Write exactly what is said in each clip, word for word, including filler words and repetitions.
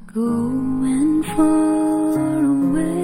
going far away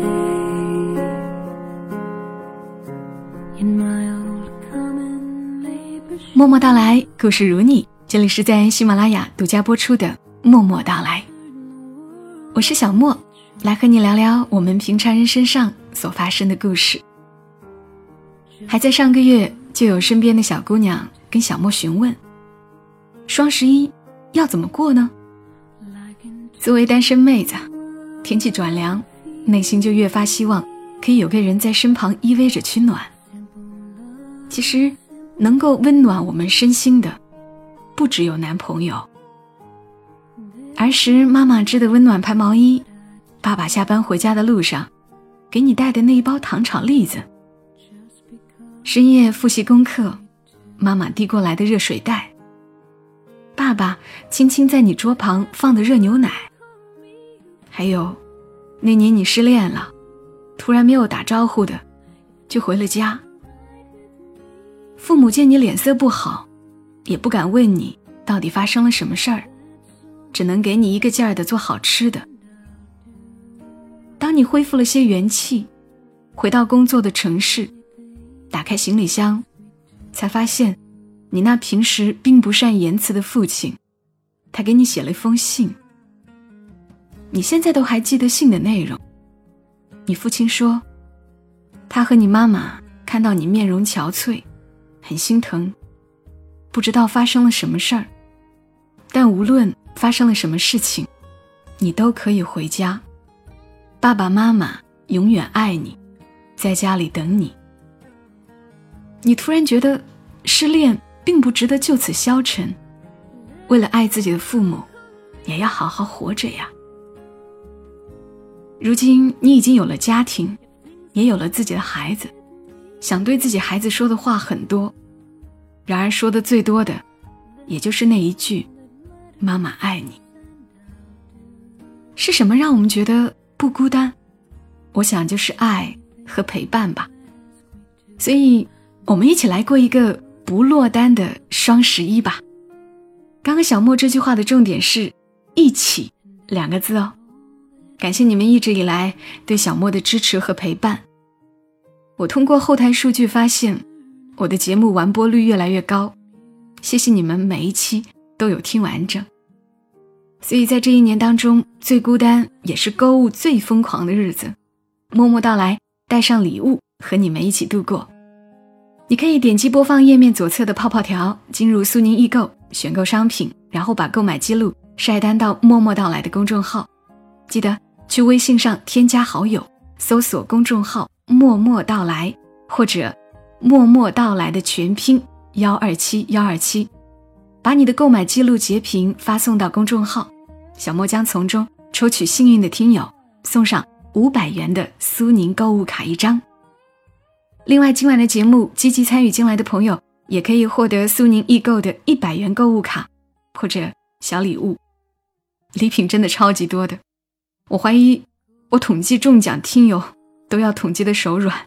in my old common labor。 默默到来，故事如你，这里是在喜马拉雅独家播出的默默到来。我是小默，来和你聊聊我们平常人身上所发生的故事。还在上个月，就有身边的小姑娘跟小默询问，双十一要怎么过呢？作为单身妹子，天气转凉，内心就越发希望可以有个人在身旁依偎着取暖。其实能够温暖我们身心的不只有男朋友。儿时妈妈织的温暖牌毛衣，爸爸下班回家的路上给你带的那一包糖炒栗子，深夜复习功课，妈妈递过来的热水袋，爸爸轻轻在你桌旁放的热牛奶，还有那年你失恋了，突然没有打招呼的就回了家。父母见你脸色不好，也不敢问你到底发生了什么事儿，只能给你一个劲儿的做好吃的。当你恢复了些元气，回到工作的城市，打开行李箱，才发现你那平时并不善言辞的父亲，他给你写了一封信。你现在都还记得信的内容。你父亲说，他和你妈妈看到你面容憔悴，很心疼，不知道发生了什么事儿，但无论发生了什么事情，你都可以回家。爸爸妈妈永远爱你，在家里等你。你突然觉得失恋并不值得就此消沉，为了爱自己的父母，也要好好活着呀。如今你已经有了家庭，也有了自己的孩子，想对自己孩子说的话很多，然而说的最多的也就是那一句，妈妈爱你。是什么让我们觉得不孤单？我想就是爱和陪伴吧。所以我们一起来过一个不落单的双十一吧。刚刚小默这句话的重点是一起两个字哦。感谢你们一直以来对小默的支持和陪伴。我通过后台数据发现，我的节目完播率越来越高，谢谢你们每一期都有听完整。所以在这一年当中，最孤单也是购物最疯狂的日子，默默到来，带上礼物和你们一起度过。你可以点击播放页面左侧的泡泡条，进入苏宁易购，选购商品，然后把购买记录晒单到默默到来的公众号。记得去微信上添加好友，搜索公众号默默到来，或者默默到来的全拼一二七一二七，把你的购买记录截屏发送到公众号，小默将从中抽取幸运的听友，送上五百元的苏宁购物卡一张。另外，今晚的节目积极参与进来的朋友也可以获得苏宁易购的一百元购物卡或者小礼物，礼品真的超级多的，我怀疑我统计中奖听友都要统计的手软。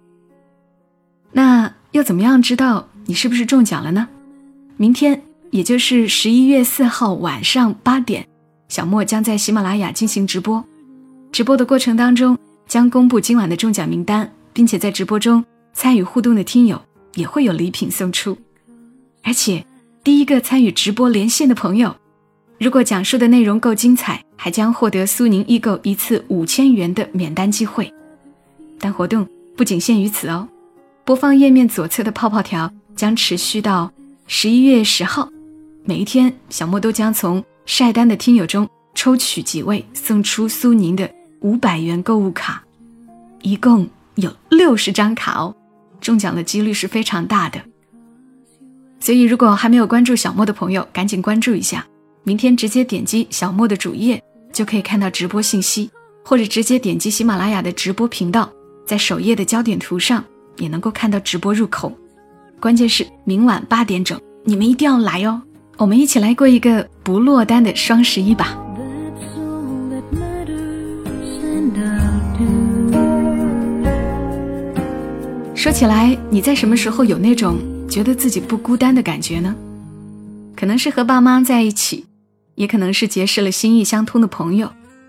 那要怎么样知道你是不是中奖了呢？明天也就是十一月四号晚上八点，小默将在喜马拉雅进行直播，直播的过程当中将公布今晚的中奖名单，并且在直播中参与互动的听友也会有礼品送出。而且第一个参与直播连线的朋友，如果讲述的内容够精彩，还将获得苏宁易购一次五千元的免单机会。但活动不仅限于此哦，播放页面左侧的泡泡条将持续到十一月十号，每一天小默都将从晒单的听友中抽取几位，送出苏宁的五百元购物卡，一共有六十张卡哦，中奖的几率是非常大的。所以如果还没有关注小默的朋友，赶紧关注一下，明天直接点击小默的主页就可以看到直播信息，或者直接点击喜马拉雅的直播频道，在首页的焦点图上也能够看到直播入口。关键是明晚八点整，你们一定要来哦，我们一起来过一个不落单的双十一吧。说起来，你在什么时候有那种觉得自己不孤单的感觉呢？可能是和爸妈在一起，也可能是结识了心意相通的朋友，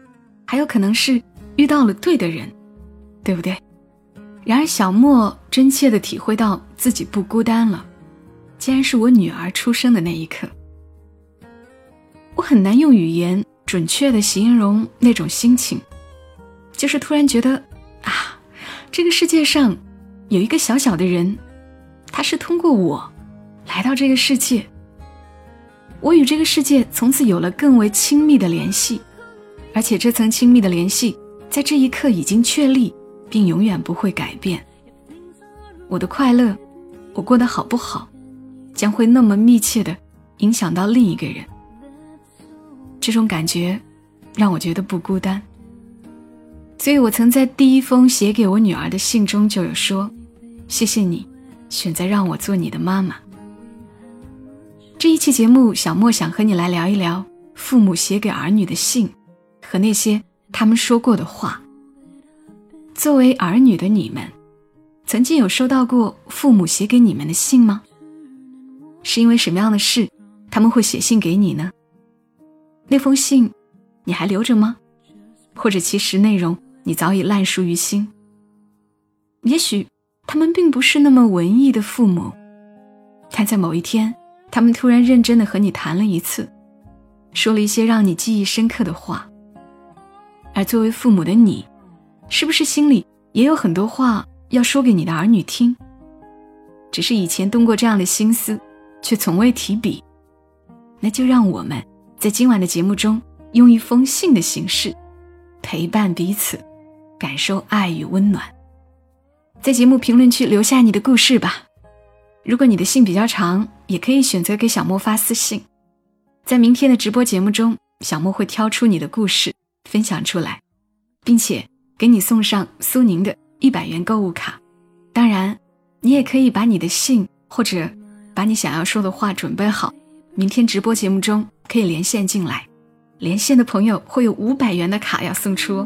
还有可能是遇到了对的人，对不对？然而小莫真切地体会到自己不孤单了，竟然是我女儿出生的那一刻。我很难用语言准确地形容那种心情，就是突然觉得啊，这个世界上有一个小小的人，他是通过我来到这个世界，我与这个世界从此有了更为亲密的联系，而且这层亲密的联系在这一刻已经确立，并永远不会改变。我的快乐，我过得好不好，将会那么密切地影响到另一个人。这种感觉让我觉得不孤单，所以我曾在第一封写给我女儿的信中就有说，谢谢你选择让我做你的妈妈。这一期节目，小莫想和你来聊一聊父母写给儿女的信和那些他们说过的话。作为儿女的你们，曾经有收到过父母写给你们的信吗？是因为什么样的事他们会写信给你呢？那封信你还留着吗？或者其实内容你早已烂熟于心？也许他们并不是那么文艺的父母，但在某一天他们突然认真地和你谈了一次，说了一些让你记忆深刻的话。而作为父母的你，是不是心里也有很多话要说给你的儿女听？只是以前动过这样的心思，却从未提笔。那就让我们在今晚的节目中，用一封信的形式陪伴彼此，感受爱与温暖。在节目评论区留下你的故事吧。如果你的信比较长，也可以选择给小莫发私信。在明天的直播节目中，小莫会挑出你的故事分享出来，并且给你送上苏宁的一百元购物卡。当然，你也可以把你的信或者把你想要说的话准备好，明天直播节目中可以连线进来，连线的朋友会有五百元的卡要送出哦。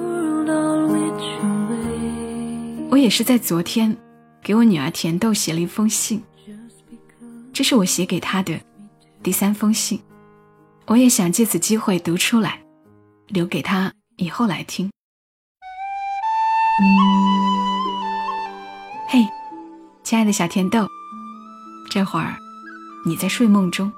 我也是在昨天给我女儿甜豆写了一封信，这是我写给她的第三封信，我也想借此机会读出来，留给她以后来听。嘿，亲爱的小甜豆，这会儿你在睡梦中，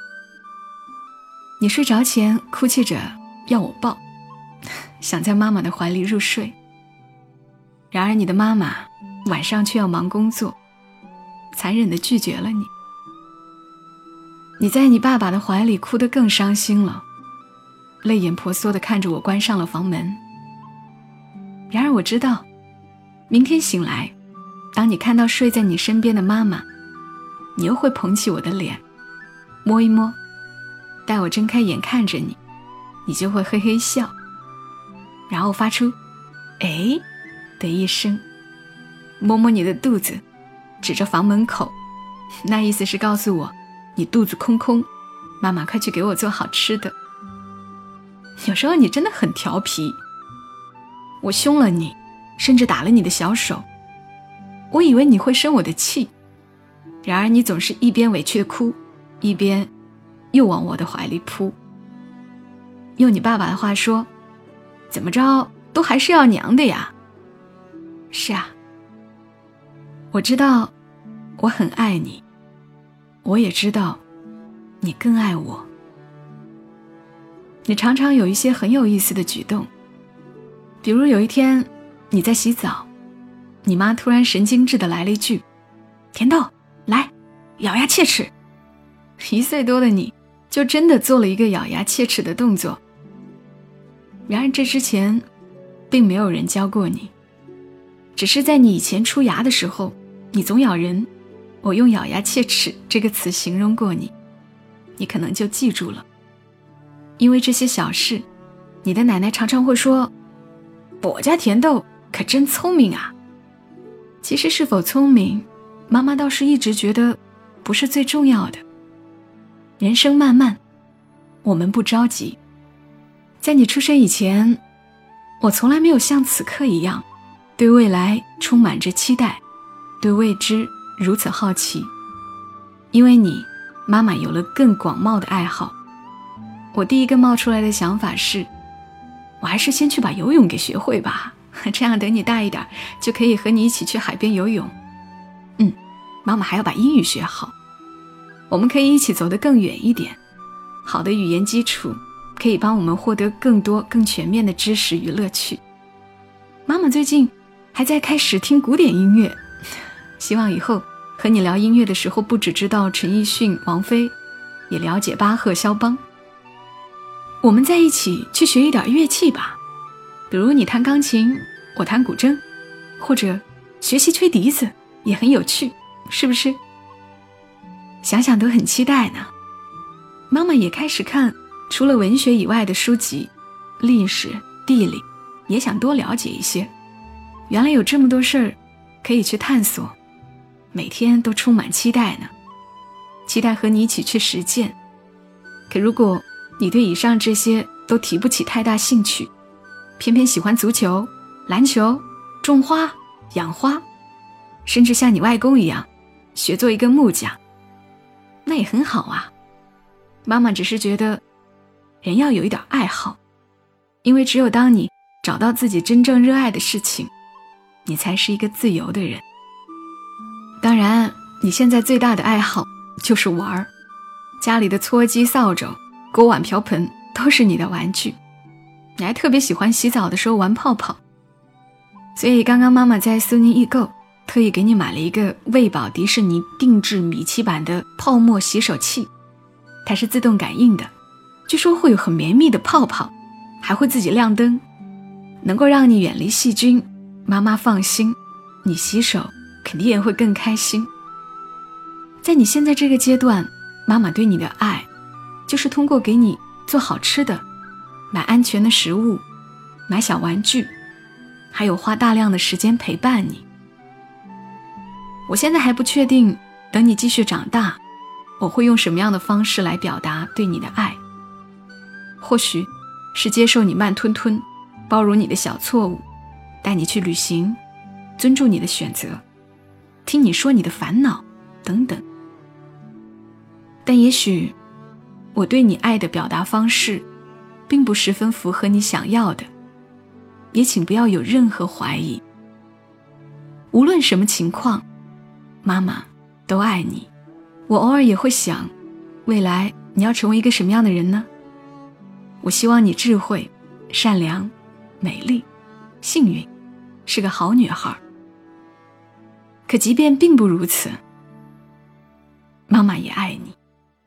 你睡着前哭泣着要我抱，想在妈妈的怀里入睡。然而你的妈妈晚上却要忙工作，残忍地拒绝了你。你在你爸爸的怀里哭得更伤心了，泪眼婆娑地看着我关上了房门。然而我知道，明天醒来，当你看到睡在你身边的妈妈，你又会捧起我的脸，摸一摸，待我睁开眼看着你，你就会嘿嘿笑，然后发出哎的一声，摸摸你的肚子，指着房门口，那意思是告诉我你肚子空空，妈妈快去给我做好吃的。有时候你真的很调皮，我凶了你，甚至打了你的小手，我以为你会生我的气，然而你总是一边委屈的哭，一边又往我的怀里扑。用你爸爸的话说，怎么着都还是要娘的呀。是啊，我知道我很爱你，我也知道你更爱我。你常常有一些很有意思的举动，比如有一天你在洗澡，你妈突然神经质地来了一句，甜豆来咬牙切齿。一岁多的你就真的做了一个咬牙切齿的动作。然而这之前并没有人教过你，只是在你以前出牙的时候，你总咬人，我用咬牙切齿这个词形容过你，你可能就记住了。因为这些小事，你的奶奶常常会说，我家甜豆可真聪明啊。其实是否聪明，妈妈倒是一直觉得不是最重要的。人生漫漫，我们不着急。在你出生以前，我从来没有像此刻一样对未来充满着期待，对未知如此好奇。因为你，妈妈有了更广袤的爱好。我第一个冒出来的想法是， 我还是先去把游泳给学会吧，这样等你大一点就可以和你一起去海边游泳。嗯，妈妈还要把英语学好，我们可以一起走得更远一点。好的语言基础可以帮我们获得更多更全面的知识与乐趣。妈妈最近还在开始听古典音乐，希望以后和你聊音乐的时候不只知道陈奕迅、王菲，也了解巴赫、肖邦。我们在一起去学一点乐器吧，比如你弹钢琴，我弹古筝，或者学习吹笛子也很有趣，是不是？想想都很期待呢。妈妈也开始看除了文学以外的书籍，历史、地理，也想多了解一些。原来有这么多事儿可以去探索，每天都充满期待呢，期待和你一起去实践。可如果你对以上这些都提不起太大兴趣，偏偏喜欢足球、篮球、种花、养花，甚至像你外公一样学做一个木匠，那也很好啊。妈妈只是觉得人要有一点爱好，因为只有当你找到自己真正热爱的事情，你才是一个自由的人。当然你现在最大的爱好就是玩，家里的搓机、扫帚、锅碗瓢盆都是你的玩具，你还特别喜欢洗澡的时候玩泡泡。所以刚刚妈妈在苏宁易购特意给你买了一个喂饱迪士尼定制米奇版的泡沫洗手器，它是自动感应的，据说会有很绵密的泡泡，还会自己亮灯，能够让你远离细菌。妈妈放心，你洗手肯定也会更开心。在你现在这个阶段，妈妈对你的爱就是通过给你做好吃的，买安全的食物，买小玩具，还有花大量的时间陪伴你。我现在还不确定等你继续长大，我会用什么样的方式来表达对你的爱。或许是接受你慢吞吞，包容你的小错误，带你去旅行，尊重你的选择，听你说你的烦恼等等。但也许我对你爱的表达方式并不十分符合你想要的，也请不要有任何怀疑。无论什么情况，妈妈都爱你。我偶尔也会想，未来你要成为一个什么样的人呢？我希望你智慧、善良、美丽、幸运，是个好女孩。可即便并不如此，妈妈也爱你。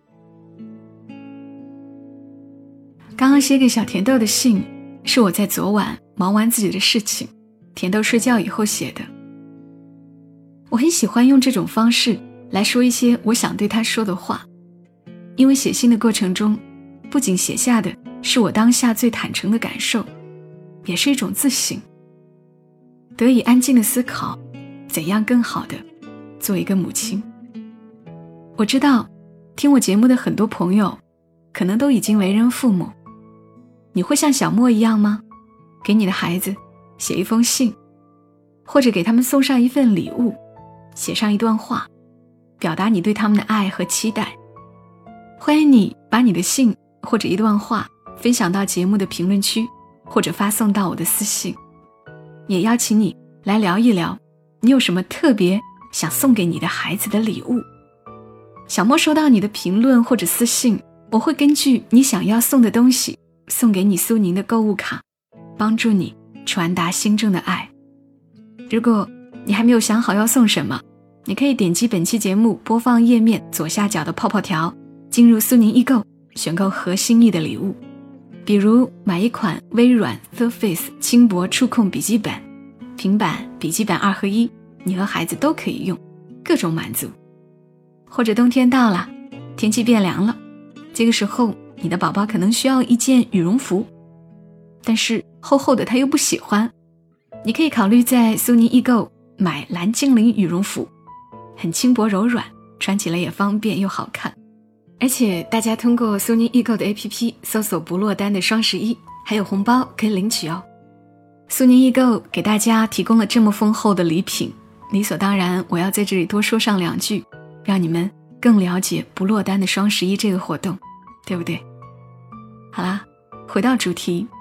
刚刚写给小甜豆的信是我在昨晚忙完自己的事情，甜豆睡觉以后写的。我很喜欢用这种方式来说一些我想对他说的话，因为写信的过程中，不仅写下的是我当下最坦诚的感受，也是一种自省，得以安静的思考怎样更好的做一个母亲。我知道听我节目的很多朋友可能都已经为人父母，你会像小莫一样吗？给你的孩子写一封信，或者给他们送上一份礼物，写上一段话，表达你对他们的爱和期待。欢迎你把你的信或者一段话分享到节目的评论区，或者发送到我的私信。也邀请你来聊一聊，你有什么特别想送给你的孩子的礼物。小莫收到你的评论或者私信，我会根据你想要送的东西送给你苏宁的购物卡，帮助你传达心中的爱。如果你还没有想好要送什么，你可以点击本期节目播放页面左下角的泡泡条，进入苏宁易购，选购合心意的礼物。比如买一款微软 Surface 轻薄触控笔记本、平板、笔记本二合一，你和孩子都可以用，各种满足。或者冬天到了，天气变凉了，这个时候你的宝宝可能需要一件羽绒服，但是厚厚的他又不喜欢，你可以考虑在苏宁易购买蓝精灵羽绒服，很轻薄柔软，穿起来也方便又好看。而且大家通过苏宁易购的 A P P 搜索不落单的双十一，还有红包可以领取哦。苏宁易购给大家提供了这么丰厚的礼品，理所当然我要在这里多说上两句，让你们更了解不落单的双十一这个活动，对不对？好啦，回到主题，关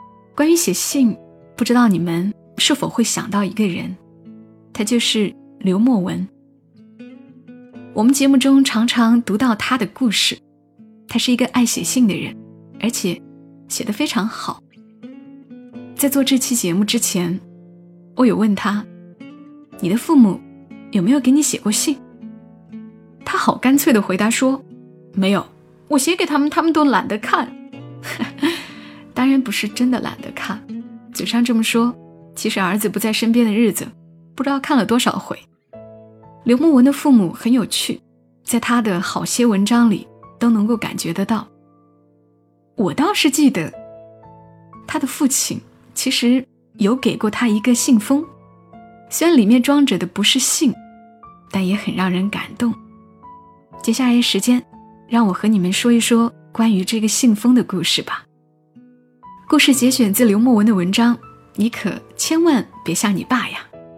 关于写信，不知道你们是否会想到一个人，他就是刘墨文。我们节目中常常读到他的故事，他是一个爱写信的人，而且写得非常好。在做这期节目之前，我有问他，你的父母有没有给你写过信？他好干脆地回答说，没有，我写给他们，他们都懒得看。当然不是真的懒得看，嘴上这么说，其实儿子不在身边的日子，不知道看了多少回。刘墨文的父母很有趣，在他的好些文章里都能够感觉得到。我倒是记得，他的父亲其实有给过他一个信封，虽然里面装着的不是信，但也很让人感动。接下来时间，让我和你们说一说关于这个信封的故事吧。故事节选自刘墨文的文章《你可千万别像你爸呀》。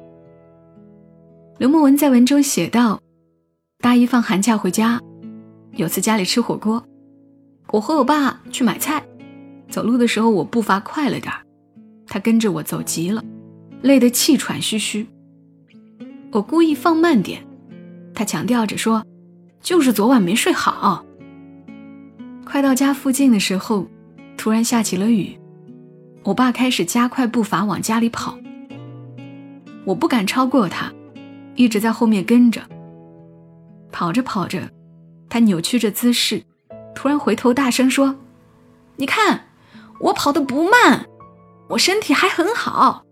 刘墨文在文中写道，大一放寒假回家，有次家里吃火锅，我和我爸去买菜，走路的时候我步伐快了点，他跟着我走急了，累得气喘吁吁。我故意放慢点，他强调着说，就是昨晚没睡好。快到家附近的时候，突然下起了雨，我爸开始加快步伐往家里跑，我不敢超过他，一直在后面跟着。跑着跑着，他扭曲着姿势，突然回头大声说，你看，我跑得不慢，我身体还很好。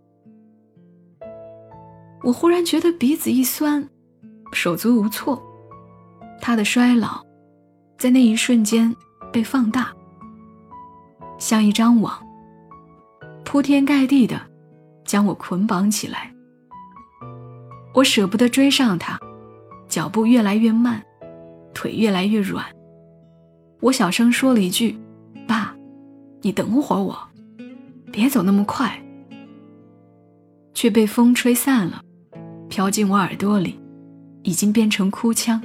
我忽然觉得鼻子一酸，手足无措。他的衰老在那一瞬间被放大，像一张网，铺天盖地的将我捆绑起来。我舍不得追上他，脚步越来越慢，腿越来越软。我小声说了一句，爸，你等会儿我，别走那么快，却被风吹散了，飘进我耳朵里，已经变成哭腔。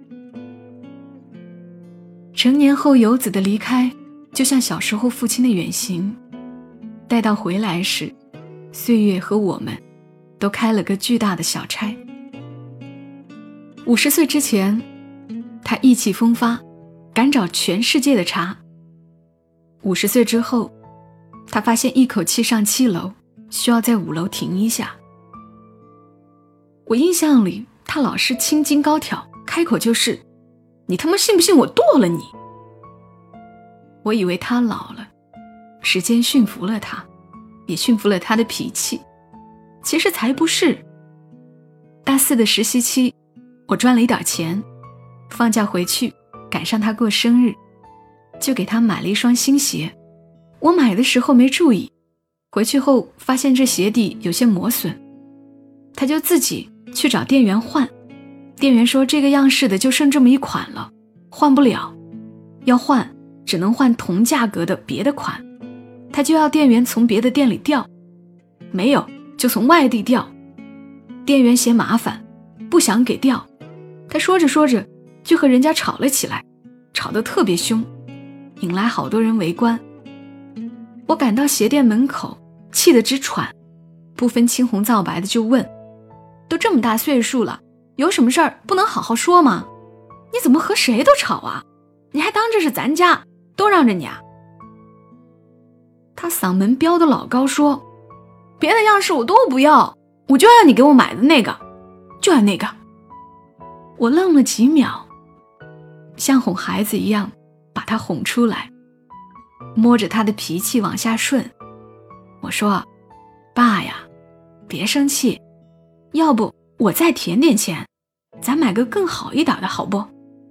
成年后游子的离开，就像小时候父亲的远行，待到回来时，岁月和我们都开了个巨大的小差。五十岁之前，他意气风发，敢找全世界的茬。五十岁之后，他发现一口气上七楼，需要在五楼停一下。我印象里，他老是青筋高挑，开口就是你他妈信不信我剁了你。我以为他老了，时间驯服了他，也驯服了他的脾气。其实才不是。大四的实习期，我赚了一点钱，放假回去赶上他过生日，就给他买了一双新鞋。我买的时候没注意，回去后发现这鞋底有些磨损，他就自己去找店员换。店员说这个样式的就剩这么一款了，换不了，要换只能换同价格的别的款。他就要店员从别的店里调，没有就从外地调。店员嫌麻烦，不想给调。他说着说着就和人家吵了起来，吵得特别凶，引来好多人围观。我赶到鞋店门口，气得直喘，不分青红皂白的就问，都这么大岁数了，有什么事儿不能好好说吗？你怎么和谁都吵啊？你还当这是咱家，都让着你啊？他嗓门飙得老高，说别的样式我都不要，我就要你给我买的那个，就要那个。我愣了几秒，像哄孩子一样把他哄出来，摸着他的脾气往下顺。我说，爸呀，别生气，要不我再填点钱，咱买个更好一点的好不？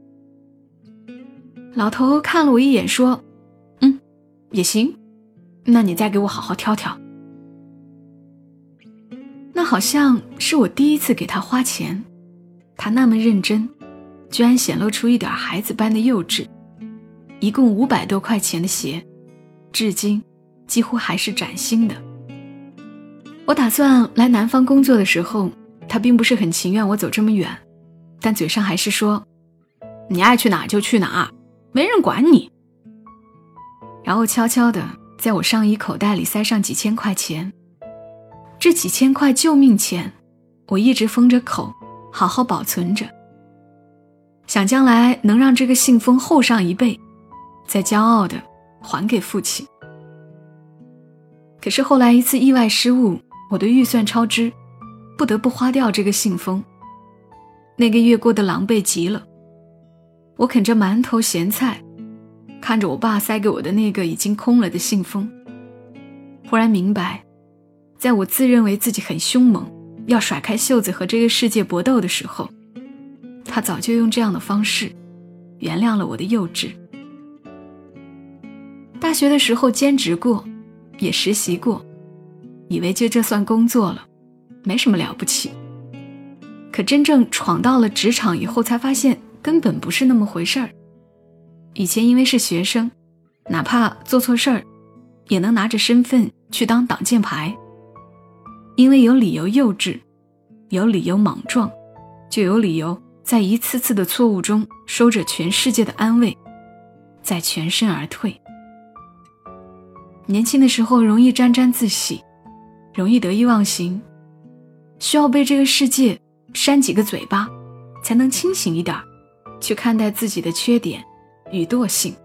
老头看了我一眼说，嗯，也行，那你再给我好好挑挑。那好像是我第一次给他花钱，他那么认真，居然显露出一点孩子般的幼稚。一共五百多块钱的鞋，至今几乎还是崭新的。我打算来南方工作的时候，他并不是很情愿我走这么远，但嘴上还是说，你爱去哪就去哪，没人管你。然后悄悄地在我上衣口袋里塞上几千块钱。这几千块救命钱，我一直封着口，好好保存着，想将来能让这个信封厚上一倍，再骄傲地还给父亲。可是后来一次意外失误，我的预算超支，不得不花掉这个信封。那个月过得狼狈极了，我啃着馒头咸菜，看着我爸塞给我的那个已经空了的信封，忽然明白，在我自认为自己很凶猛，要甩开袖子和这个世界搏斗的时候，他早就用这样的方式原谅了我的幼稚。大学的时候兼职过，也实习过，以为就这算工作了，没什么了不起。可真正闯到了职场以后，才发现根本不是那么回事儿。以前因为是学生，哪怕做错事儿，也能拿着身份去当挡箭牌。因为有理由幼稚，有理由莽撞，就有理由在一次次的错误中收着全世界的安慰，再全身而退。年轻的时候容易沾沾自喜，容易得意忘形，需要被这个世界扇几个嘴巴，才能清醒一点，去看待自己的缺点与惰性。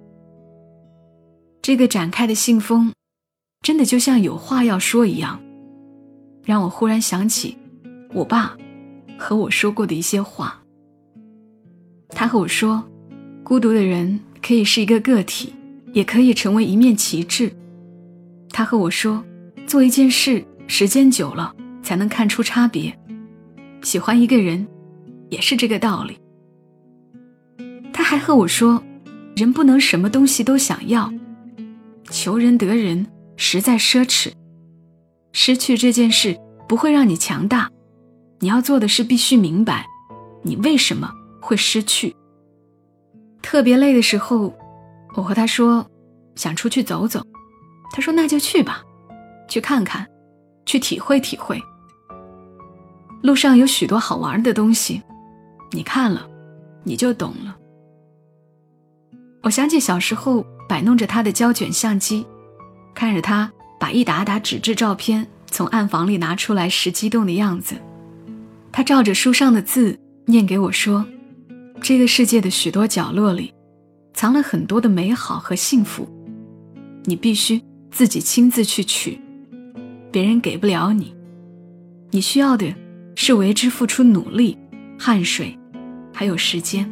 这个展开的信封，真的就像有话要说一样，让我忽然想起我爸和我说过的一些话。他和我说，孤独的人可以是一个个体，也可以成为一面旗帜。他和我说，做一件事时间久了才能看出差别，喜欢一个人也是这个道理。他还和我说，人不能什么东西都想要，求人得人实在奢侈，失去这件事不会让你强大，你要做的是必须明白你为什么会失去。特别累的时候，我和他说想出去走走，他说那就去吧，去看看，去体会体会。路上有许多好玩的东西，你看了你就懂了。我想起小时候摆弄着他的胶卷相机，看着他把一沓沓纸质照片从暗房里拿出来时激动的样子。他照着书上的字念给我说，这个世界的许多角落里藏了很多的美好和幸福，你必须自己亲自去取，别人给不了你，你需要的是为之付出努力、汗水还有时间。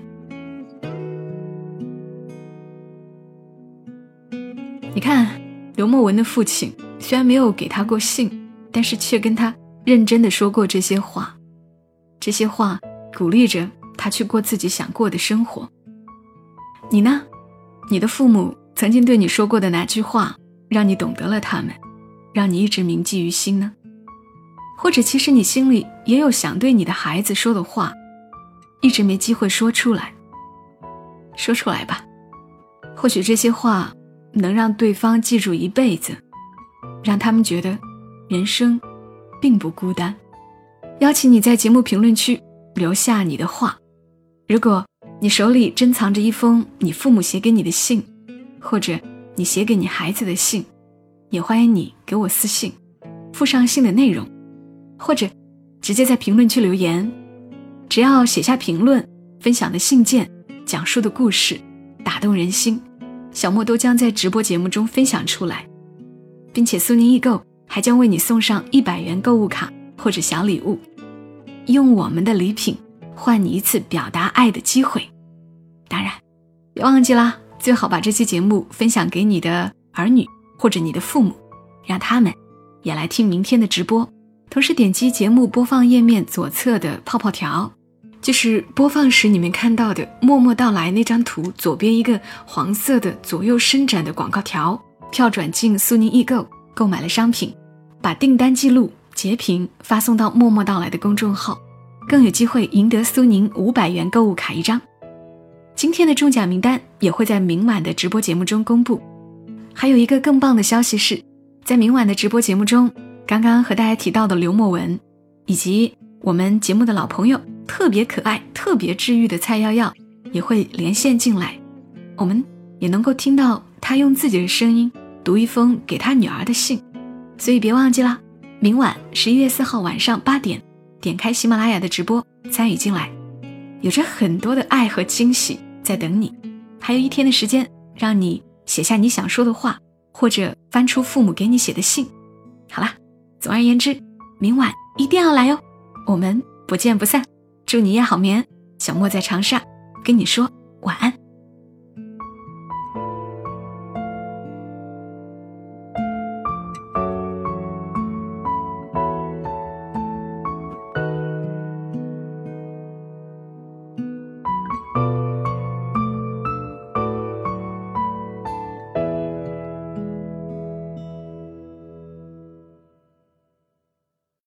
你看，刘墨文的父亲虽然没有给他过信，但是却跟他认真地说过这些话，这些话鼓励着他去过自己想过的生活。你呢？你的父母曾经对你说过的哪句话让你懂得了他们，让你一直铭记于心呢？或者其实你心里也有想对你的孩子说的话，一直没机会说出来。说出来吧，或许这些话能让对方记住一辈子，让他们觉得人生并不孤单。邀请你在节目评论区留下你的话，如果你手里珍藏着一封你父母写给你的信，或者你写给你孩子的信，也欢迎你给我私信，附上信的内容，或者直接在评论区留言。只要写下评论，分享的信件，讲述的故事打动人心，小莫都将在直播节目中分享出来，并且苏宁易购还将为你送上一百元购物卡或者小礼物，用我们的礼品换你一次表达爱的机会。当然别忘记啦，最好把这期节目分享给你的儿女或者你的父母，让他们也来听明天的直播。同时点击节目播放页面左侧的泡泡条，就是播放时你们看到的默默到来那张图左边一个黄色的左右伸展的广告条，跳转进苏宁易购，购买了商品，把订单记录截屏发送到默默到来的公众号，更有机会赢得苏宁五百元购物卡一张。今天的中奖名单也会在明晚的直播节目中公布。还有一个更棒的消息是，在明晚的直播节目中，刚刚和大家提到的刘墨文，以及我们节目的老朋友特别可爱特别治愈的蔡耀耀也会连线进来，我们也能够听到他用自己的声音读一封给他女儿的信。所以别忘记了，明晚十一月四号晚上八点，点开喜马拉雅的直播参与进来，有着很多的爱和惊喜在等你。还有一天的时间，让你写下你想说的话，或者翻出父母给你写的信。好啦，总而言之，明晚一定要来哦，我们不见不散。祝你夜好眠，小莫在长沙跟你说晚安。